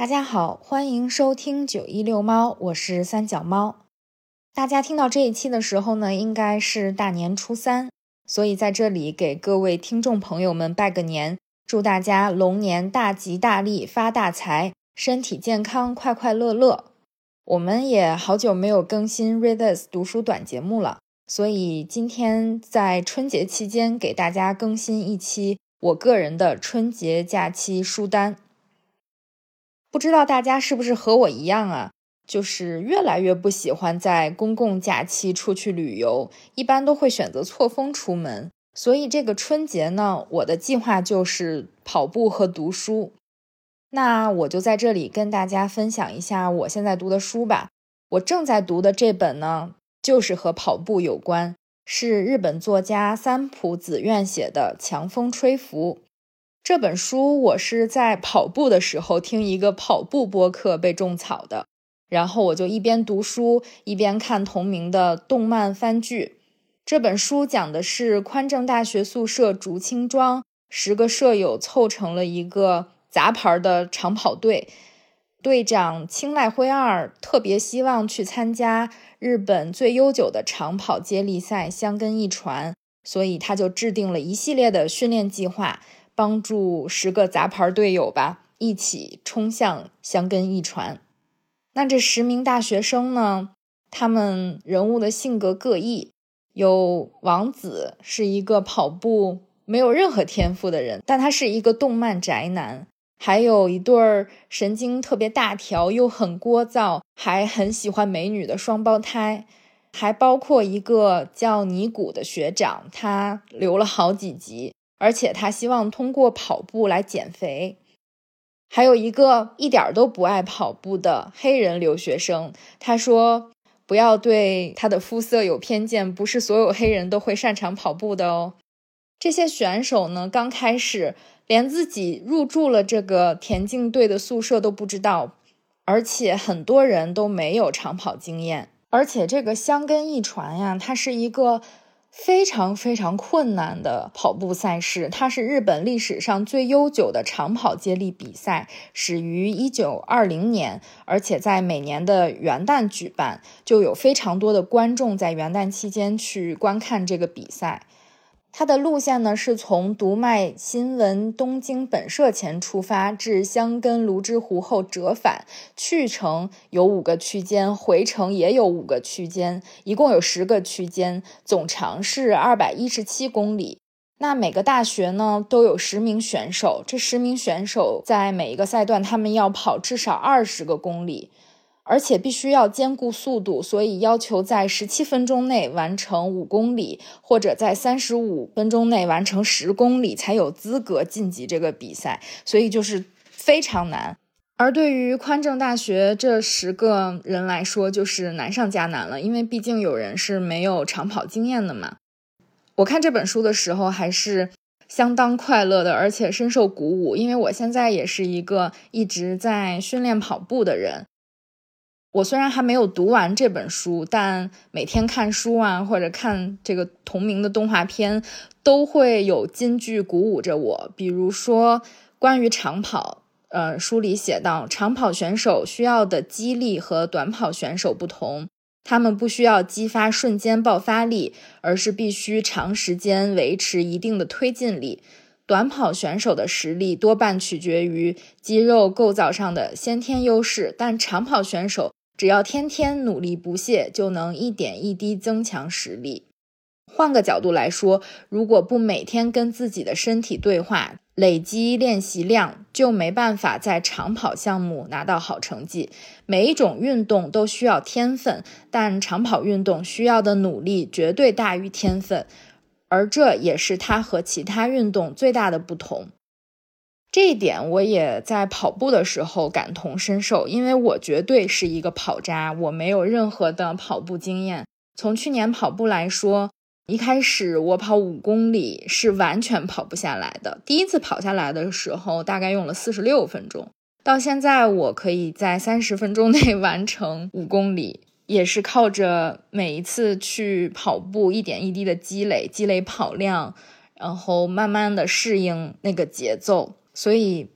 大家好，欢迎收听916猫，我是三脚猫。大家听到这一期的时候呢，应该是大年初三，所以在这里给各位听众朋友们拜个年，祝大家龙年大吉大利，发大财，身体健康，快快乐乐。我们也好久没有更新 Read This 读书短节目了，所以今天在春节期间给大家更新一期我个人的春节假期书单。不知道大家是不是和我一样啊，就是越来越不喜欢在公共假期出去旅游，一般都会选择错峰出门。所以这个春节呢，我的计划就是跑步和读书。那我就在这里跟大家分享一下我现在读的书吧。我正在读的这本呢，就是和跑步有关，是日本作家三浦紫苑写的《强风吹拂》。这本书我是在跑步的时候听一个跑步播客被种草的，然后我就一边读书一边看同名的动漫番剧。这本书讲的是宽正大学宿舍竹青庄10个舍友凑成了一个杂牌的长跑队，队长青濑辉二特别希望去参加日本最悠久的长跑接力赛箱根驿传，所以他就制定了一系列的训练计划，帮助10个杂牌队友吧一起冲向箱根驿传。那这10名大学生呢，他们人物的性格各异，有王子是一个跑步没有任何天赋的人，但他是一个动漫宅男，还有一对神经特别大条又很聒噪还很喜欢美女的双胞胎，还包括一个叫尼古的学长，他留了好几集，而且他希望通过跑步来减肥。还有一个一点都不爱跑步的黑人留学生，他说不要对他的肤色有偏见，不是所有黑人都会擅长跑步的哦。这些选手呢，刚开始连自己入住了这个田径队的宿舍都不知道，而且很多人都没有长跑经验。而且这个箱根驿传呀，它是一个非常非常困难的跑步赛事，它是日本历史上最悠久的长跑接力比赛，始于1920年，而且在每年的元旦举办，就有非常多的观众在元旦期间去观看这个比赛。它的路线呢是从读卖新闻东京本社前出发，至箱根泸之湖后折返，去程有5个区间，回程也有5个区间，一共有10个区间，总长是217公里。那每个大学呢都有10名选手，这10名选手在每一个赛段他们要跑至少20个公里，而且必须要兼顾速度，所以要求在17分钟内完成5公里，或者在35分钟内完成10公里才有资格晋级这个比赛，所以就是非常难。而对于宽正大学这10个人来说，就是难上加难了，因为毕竟有人是没有长跑经验的嘛。我看这本书的时候还是相当快乐的，而且深受鼓舞，因为我现在也是一个一直在训练跑步的人。我虽然还没有读完这本书，但每天看书啊，或者看这个同名的动画片，都会有金句鼓舞着我。比如说关于长跑，书里写到，长跑选手需要的激励和短跑选手不同，他们不需要激发瞬间爆发力，而是必须长时间维持一定的推进力。短跑选手的实力多半取决于肌肉构造上的先天优势，但长跑选手只要天天努力不懈，就能一点一滴增强实力。换个角度来说，如果不每天跟自己的身体对话，累积练习量，就没办法在长跑项目拿到好成绩。每一种运动都需要天分，但长跑运动需要的努力绝对大于天分，而这也是它和其他运动最大的不同。这一点我也在跑步的时候感同身受，因为我绝对是一个跑渣，我没有任何的跑步经验。从去年跑步来说，一开始我跑5公里是完全跑不下来的，第一次跑下来的时候大概用了46分钟，到现在我可以在30分钟内完成5公里，也是靠着每一次去跑步一点一滴的积累跑量，然后慢慢的适应那个节奏。所以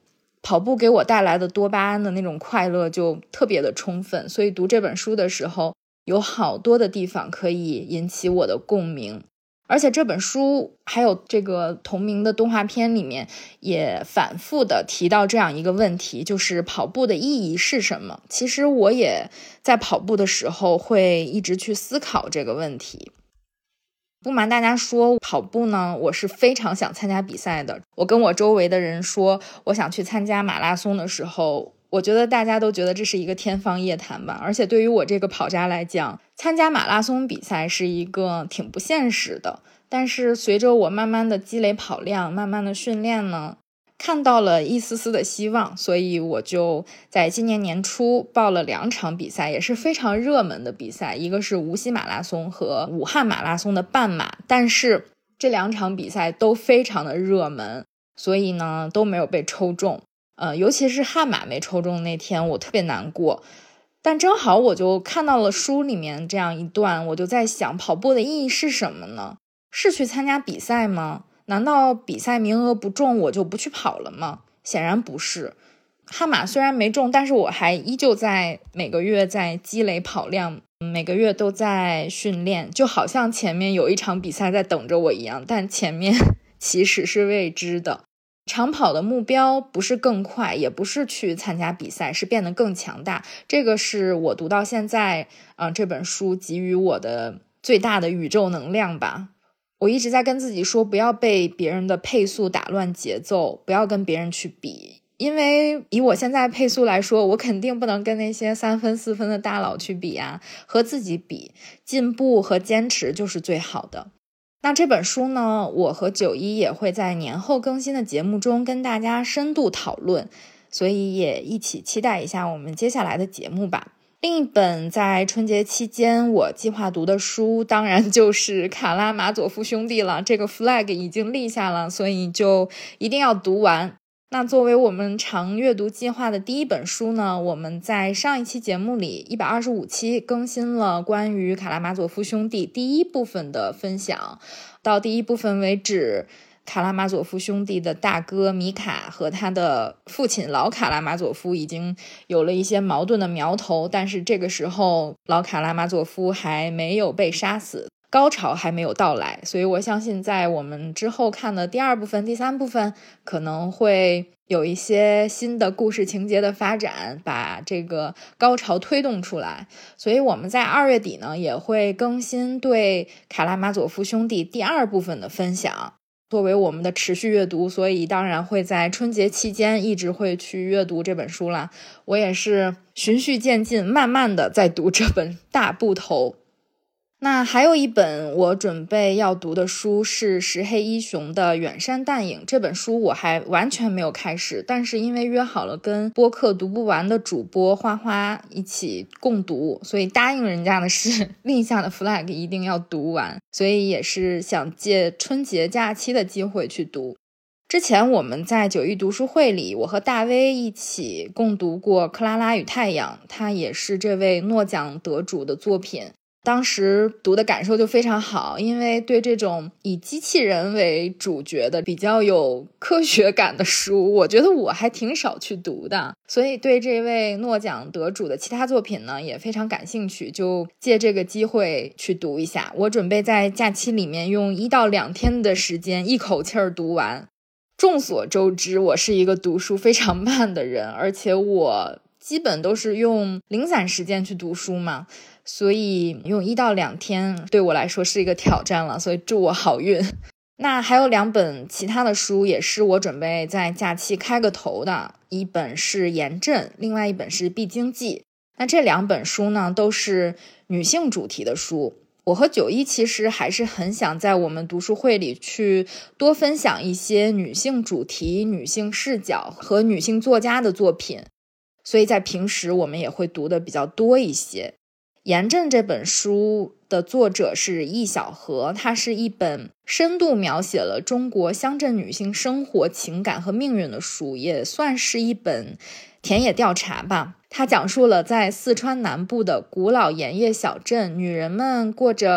跑步给我带来的多巴胺的那种快乐就特别的充分，所以读这本书的时候有好多的地方可以引起我的共鸣。而且这本书还有这个同名的动画片里面也反复的提到这样一个问题，就是跑步的意义是什么。其实我也在跑步的时候会一直去思考这个问题。不瞒大家说，跑步呢，我是非常想参加比赛的。我跟我周围的人说我想去参加马拉松的时候，我觉得大家都觉得这是一个天方夜谭吧。而且对于我这个跑渣来讲，参加马拉松比赛是一个挺不现实的。但是随着我慢慢的积累跑量，慢慢的训练呢，看到了一丝丝的希望，所以我就在今年年初报了2场比赛，也是非常热门的比赛，一个是无锡马拉松和武汉马拉松的半马，但是这2场比赛都非常的热门，所以呢都没有被抽中。尤其是悍马没抽中那天，我特别难过。但正好我就看到了书里面这样一段，我就在想，跑步的意义是什么呢？是去参加比赛吗？难道比赛名额不中我就不去跑了吗？显然不是。悍马虽然没中，但是我还依旧在每个月在积累跑量，每个月都在训练，就好像前面有一场比赛在等着我一样，但前面其实是未知的。长跑的目标不是更快，也不是去参加比赛，是变得更强大。这个是我读到现在这本书给予我的最大的宇宙能量吧。我一直在跟自己说，不要被别人的配速打乱节奏，不要跟别人去比。因为以我现在配速来说，我肯定不能跟那些3分4分的大佬去比啊，和自己比，进步和坚持就是最好的。那这本书呢，我和91也会在年后更新的节目中跟大家深度讨论，所以也一起期待一下我们接下来的节目吧。另一本在春节期间我计划读的书，当然就是卡拉马佐夫兄弟了。这个 flag 已经立下了，所以就一定要读完。那作为我们长阅读计划的第一本书呢，我们在上一期节目里125期更新了关于卡拉马佐夫兄弟第1部分的分享。到第1部分为止，卡拉马佐夫兄弟的大哥米卡和他的父亲老卡拉马佐夫已经有了一些矛盾的苗头，但是这个时候老卡拉马佐夫还没有被杀死，高潮还没有到来，所以我相信在我们之后看的第2部分第3部分可能会有一些新的故事情节的发展，把这个高潮推动出来。所以我们在2月底呢也会更新对卡拉马佐夫兄弟第2部分的分享，作为我们的持续阅读，所以当然会在春节期间一直会去阅读这本书啦。我也是循序渐进，慢慢的在读这本大部头。那还有一本我准备要读的书是石黑一雄的《远山淡影》，这本书我还完全没有开始，但是因为约好了跟播客读不完的主播花花一起共读，所以答应人家的是立下的 flag 一定要读完，所以也是想借春节假期的机会去读。之前我们在91读书会里，我和大威一起共读过《克拉拉与太阳》，它也是这位诺奖得主的作品。当时读的感受就非常好，因为对这种以机器人为主角的比较有科学感的书，我觉得我还挺少去读的，所以对这位诺奖得主的其他作品呢也非常感兴趣，就借这个机会去读一下。我准备在假期里面用1到2天的时间一口气儿读完。众所周知，我是一个读书非常慢的人，而且我基本都是用零散时间去读书嘛，所以用1到2天对我来说是一个挑战了，所以祝我好运。那还有2本其他的书也是我准备在假期开个头的，一本是严正，另外一本是必经记。那这2本书呢都是女性主题的书，我和91其实还是很想在我们读书会里去多分享一些女性主题、女性视角和女性作家的作品，所以在平时我们也会读的比较多一些。严正这本书的作者是易小荷，它是一本深度描写了中国乡镇女性生活、情感和命运的书，也算是一本田野调查吧。它讲述了在四川南部的古老盐业小镇，女人们过着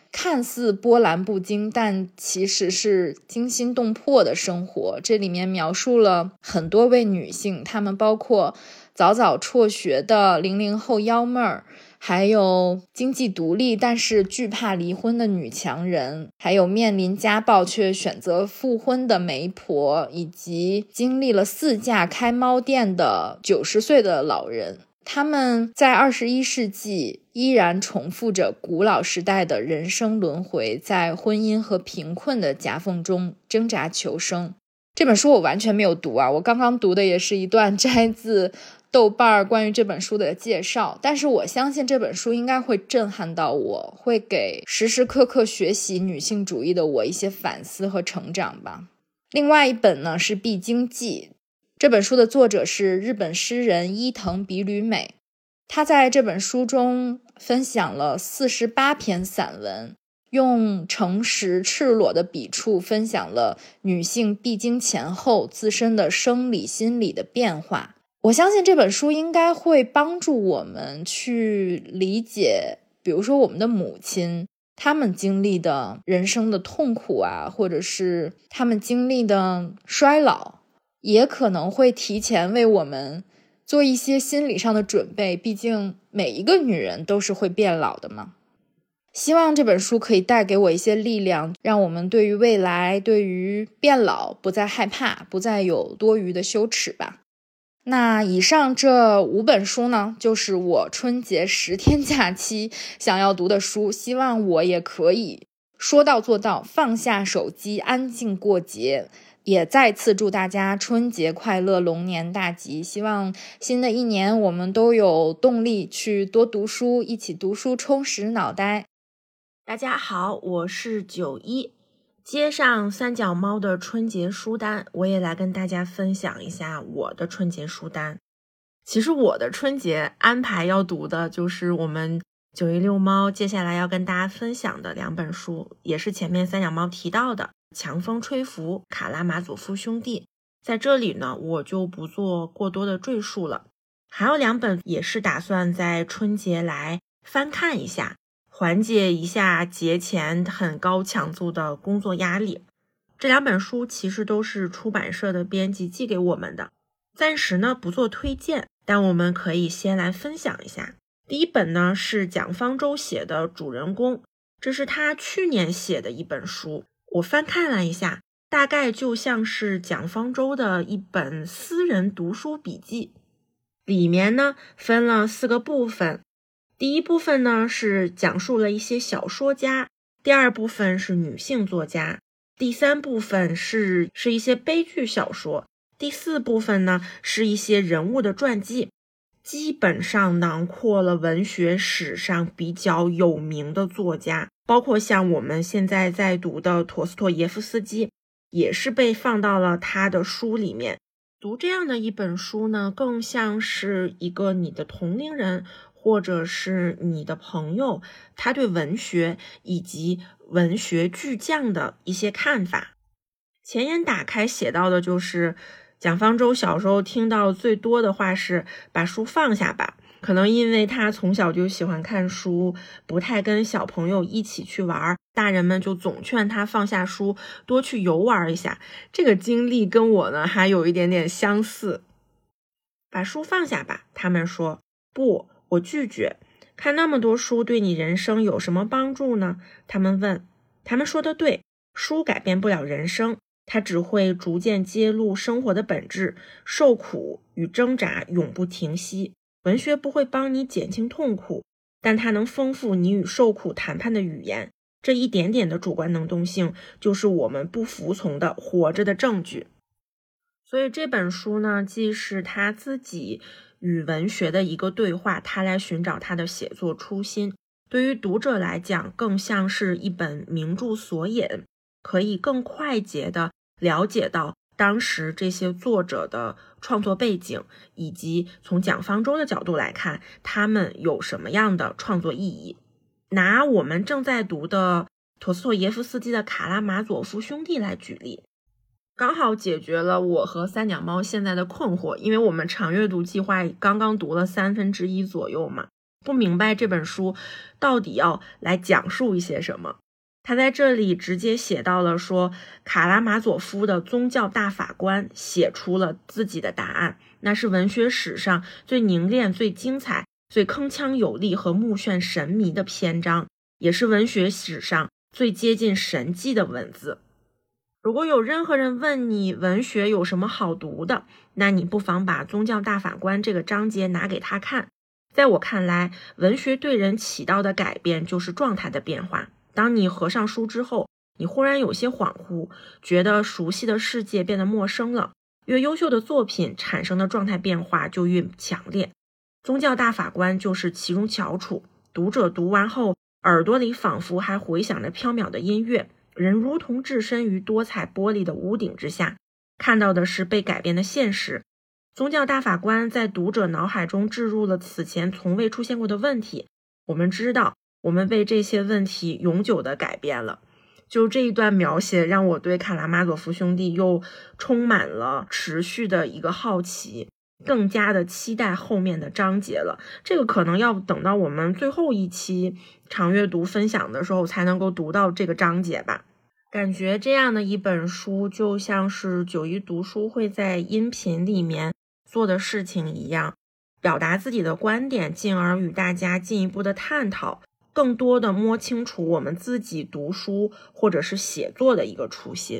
看似波澜不惊，但其实是惊心动魄的生活。这里面描述了很多位女性，她们包括早早辍学的00后幺妹儿，还有经济独立但是惧怕离婚的女强人，还有面临家暴却选择复婚的媒婆，以及经历了4嫁开猫店的90岁的老人。他们在21世纪依然重复着古老时代的人生轮回，在婚姻和贫困的夹缝中挣扎求生。这本书我完全没有读啊，我刚刚读的也是一段摘自豆瓣关于这本书的介绍，但是我相信这本书应该会震撼到我，会给时时刻刻学习女性主义的我一些反思和成长吧。另外一本呢是《必经记》，这本书的作者是日本诗人伊藤比吕美，他在这本书中分享了48篇散文，用诚实赤裸的笔触分享了女性必经前后自身的生理心理的变化。我相信这本书应该会帮助我们去理解，比如说我们的母亲他们经历的人生的痛苦啊，或者是他们经历的衰老，也可能会提前为我们做一些心理上的准备，毕竟每一个女人都是会变老的嘛。希望这本书可以带给我一些力量，让我们对于未来，对于变老不再害怕，不再有多余的羞耻吧。那以上这5本书呢，就是我春节10天假期想要读的书，希望我也可以说到做到，放下手机，安静过节。也再次祝大家春节快乐，龙年大吉，希望新的一年我们都有动力去多读书，一起读书充实脑袋。 大家好，我是91，接上三脚猫的春节书单，我也来跟大家分享一下我的春节书单。其实我的春节安排要读的就是我们916猫接下来要跟大家分享的2本书，也是前面三脚猫提到的强风吹拂、卡拉马佐夫兄弟，在这里呢我就不做过多的赘述了。还有2本也是打算在春节来翻看一下，缓解一下节前很高强度的工作压力。这2本书其实都是出版社的编辑寄给我们的，暂时呢不做推荐，但我们可以先来分享一下。第一本呢是蒋方舟写的《主人公》，这是他去年写的一本书，我翻看了一下，大概就像是蒋方舟的一本私人读书笔记。里面呢分了4个部分，第一部分呢是讲述了一些小说家，第2部分是女性作家，第3部分是一些悲剧小说，第4部分呢是一些人物的传记，基本上囊括了文学史上比较有名的作家，包括像我们现在在读的陀思妥耶夫斯基，也是被放到了他的书里面。读这样的一本书呢，更像是一个你的同龄人或者是你的朋友，他对文学以及文学巨匠的一些看法。前言打开写到的就是蒋方舟小时候听到最多的话是把书放下吧，可能因为他从小就喜欢看书，不太跟小朋友一起去玩，大人们就总劝他放下书，多去游玩一下。这个经历跟我呢还有一点点相似。把书放下吧，他们说。不，我拒绝。看那么多书对你人生有什么帮助呢？他们问。他们说的对，书改变不了人生，它只会逐渐揭露生活的本质，受苦与挣扎永不停息。文学不会帮你减轻痛苦，但它能丰富你与受苦谈判的语言。这一点点的主观能动性，就是我们不服从的活着的证据。所以这本书呢，既是他自己与文学的一个对话，他来寻找他的写作初心。对于读者来讲，更像是一本名著索引，可以更快捷地了解到当时这些作者的创作背景，以及从蒋方舟的角度来看，他们有什么样的创作意义。拿我们正在读的陀思妥耶夫斯基的《卡拉马佐夫兄弟》来举例，刚好解决了我和三脚猫现在的困惑，因为我们长阅读计划刚刚读了1/3左右嘛， 不明白这本书到底要来讲述一些什么。他在这里直接写到了说，卡拉马佐夫的宗教大法官写出了自己的答案，那是文学史上最凝练、最精彩、最铿锵有力和目眩神迷的篇章，也是文学史上最接近神迹的文字。如果有任何人问你文学有什么好读的，那你不妨把宗教大法官这个章节拿给他看。在我看来，文学对人起到的改变就是状态的变化。当你合上书之后，你忽然有些恍惚，觉得熟悉的世界变得陌生了。越优秀的作品产生的状态变化就越强烈。宗教大法官就是其中翘楚。读者读完后，耳朵里仿佛还回响着飘渺的音乐，人如同置身于多彩玻璃的屋顶之下，看到的是被改变的现实。宗教大法官在读者脑海中置入了此前从未出现过的问题，我们知道我们被这些问题永久地改变了。就这一段描写让我对卡拉马佐夫兄弟又充满了持续的一个好奇，更加的期待后面的章节了。这个可能要等到我们最后一期常阅读分享的时候才能够读到这个章节吧。感觉这样的一本书就像是91读书会在音频里面做的事情一样，表达自己的观点，进而与大家进一步的探讨，更多的摸清楚我们自己读书或者是写作的一个初心。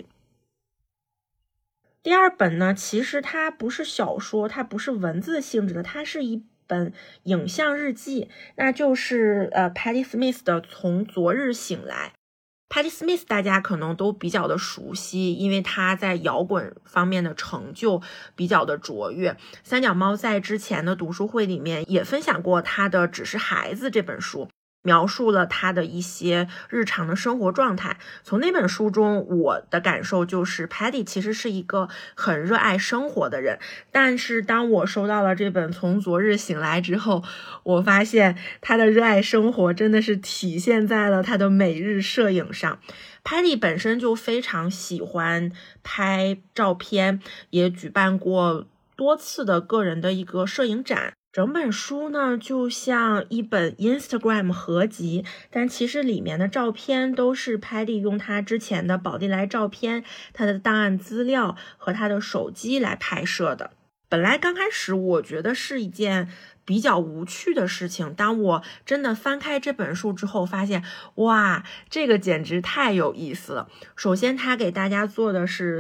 第二本呢，其实它不是小说，它不是文字性质的，它是一本影像日记，那就是Patti Smith 的《从昨日醒来》。Patti Smith 大家可能都比较的熟悉，因为他在摇滚方面的成就比较的卓越。三脚猫在之前的读书会里面也分享过他的《只是孩子》这本书，描述了他的一些日常的生活状态。从那本书中，我的感受就是 Patti 其实是一个很热爱生活的人，但是当我收到了这本《从昨日醒来》之后，我发现他的热爱生活真的是体现在了他的每日摄影上。Patti 本身就非常喜欢拍照片，也举办过多次的个人的一个摄影展。整本书呢就像一本 Instagram 合集，但其实里面的照片都是 Patti 用他之前的宝丽来照片、他的档案资料和他的手机来拍摄的。本来刚开始我觉得是一件比较无趣的事情，当我真的翻开这本书之后发现，哇，这个简直太有意思了。首先他给大家做的是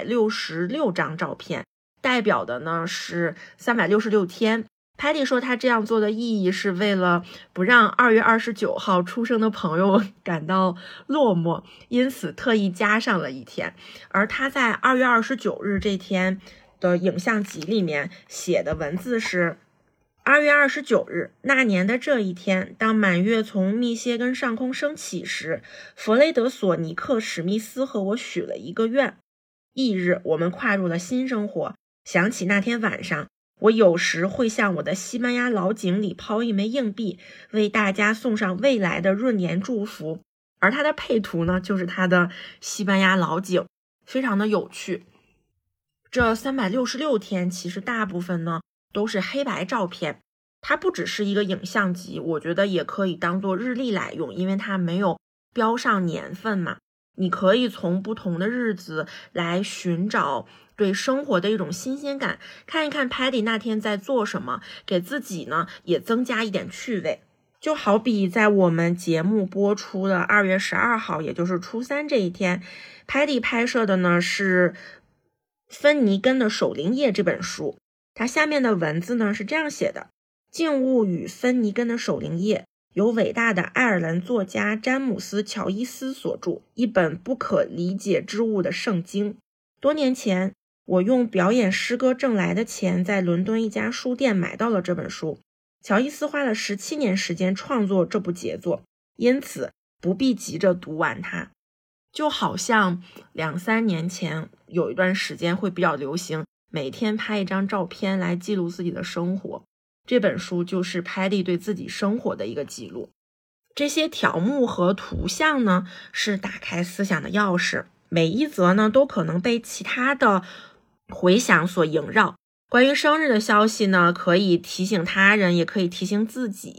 366张照片，代表的呢是366天。Patti 说他这样做的意义是为了不让2月29号出生的朋友感到落寞，因此特意加上了一天。而他在2月29日这天的影像集里面写的文字是：2月29日，那年的这一天，当满月从密歇根上空升起时，弗雷德索尼克史密斯和我许了一个愿。翌日，我们跨入了新生活。想起那天晚上，我有时会向我的西班牙老井里抛一枚硬币，为大家送上未来的闰年祝福。而它的配图呢，就是它的西班牙老井，非常的有趣。这366天其实大部分呢都是黑白照片，它不只是一个影像集，我觉得也可以当做日历来用，因为它没有标上年份嘛。你可以从不同的日子来寻找对生活的一种新鲜感，看一看 Patti 那天在做什么，给自己呢也增加一点趣味。就好比在我们节目播出的2月12号，也就是初三这一天， Patti 拍摄的呢是芬尼根的《守灵夜》这本书。它下面的文字呢是这样写的：静物与芬尼根的《守灵夜》由伟大的爱尔兰作家詹姆斯·乔伊斯所著，一本不可理解之物的圣经。多年前，我用表演诗歌挣来的钱在伦敦一家书店买到了这本书。乔伊斯花了17年时间创作这部杰作，因此不必急着读完它。就好像2-3年前有一段时间会比较流行每天拍一张照片来记录自己的生活，这本书就是 Patti 对自己生活的一个记录。这些条目和图像呢，是打开思想的钥匙，每一则呢都可能被其他的回响所萦绕。关于生日的消息呢，可以提醒他人，也可以提醒自己。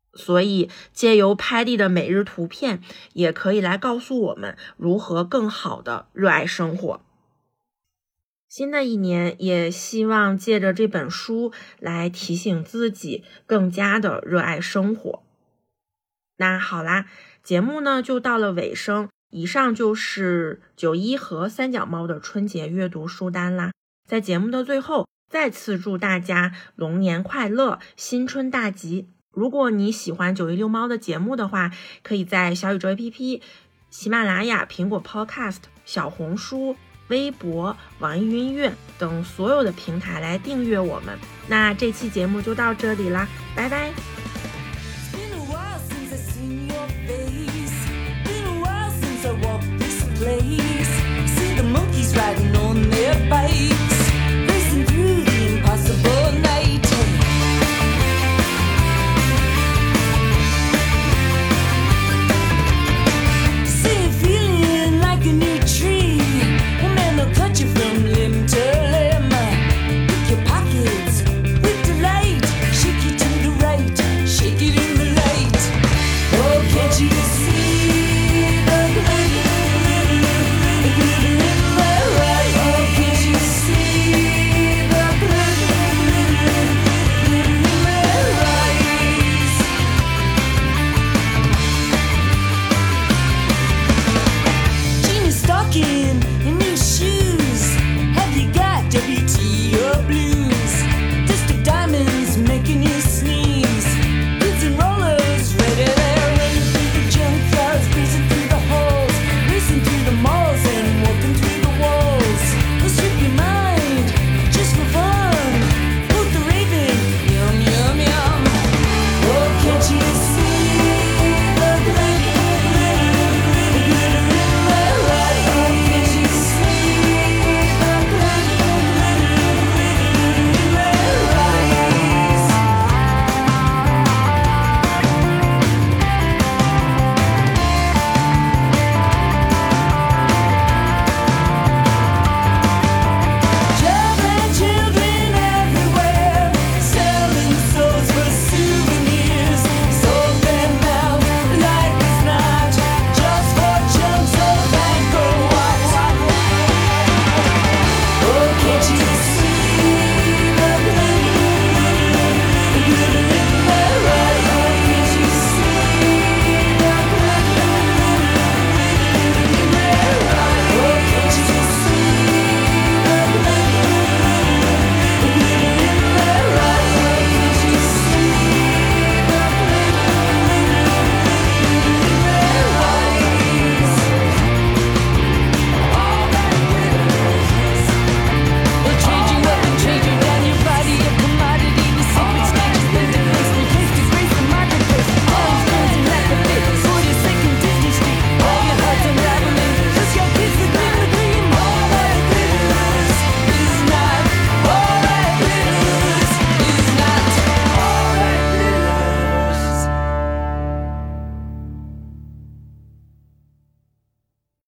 所以借由拍立的每日图片，也可以来告诉我们如何更好的热爱生活。新的一年也希望借着这本书来提醒自己更加的热爱生活。那好啦，节目呢就到了尾声，以上就是91和三脚猫的春节阅读书单啦。在节目的最后，再次祝大家龙年快乐，新春大吉。如果你喜欢916猫的节目的话，可以在小宇宙 APP、喜马拉雅、苹果 Podcast、小红书、微博、网易云音乐等所有的平台来订阅我们。那这期节目就到这里啦，拜拜。 Place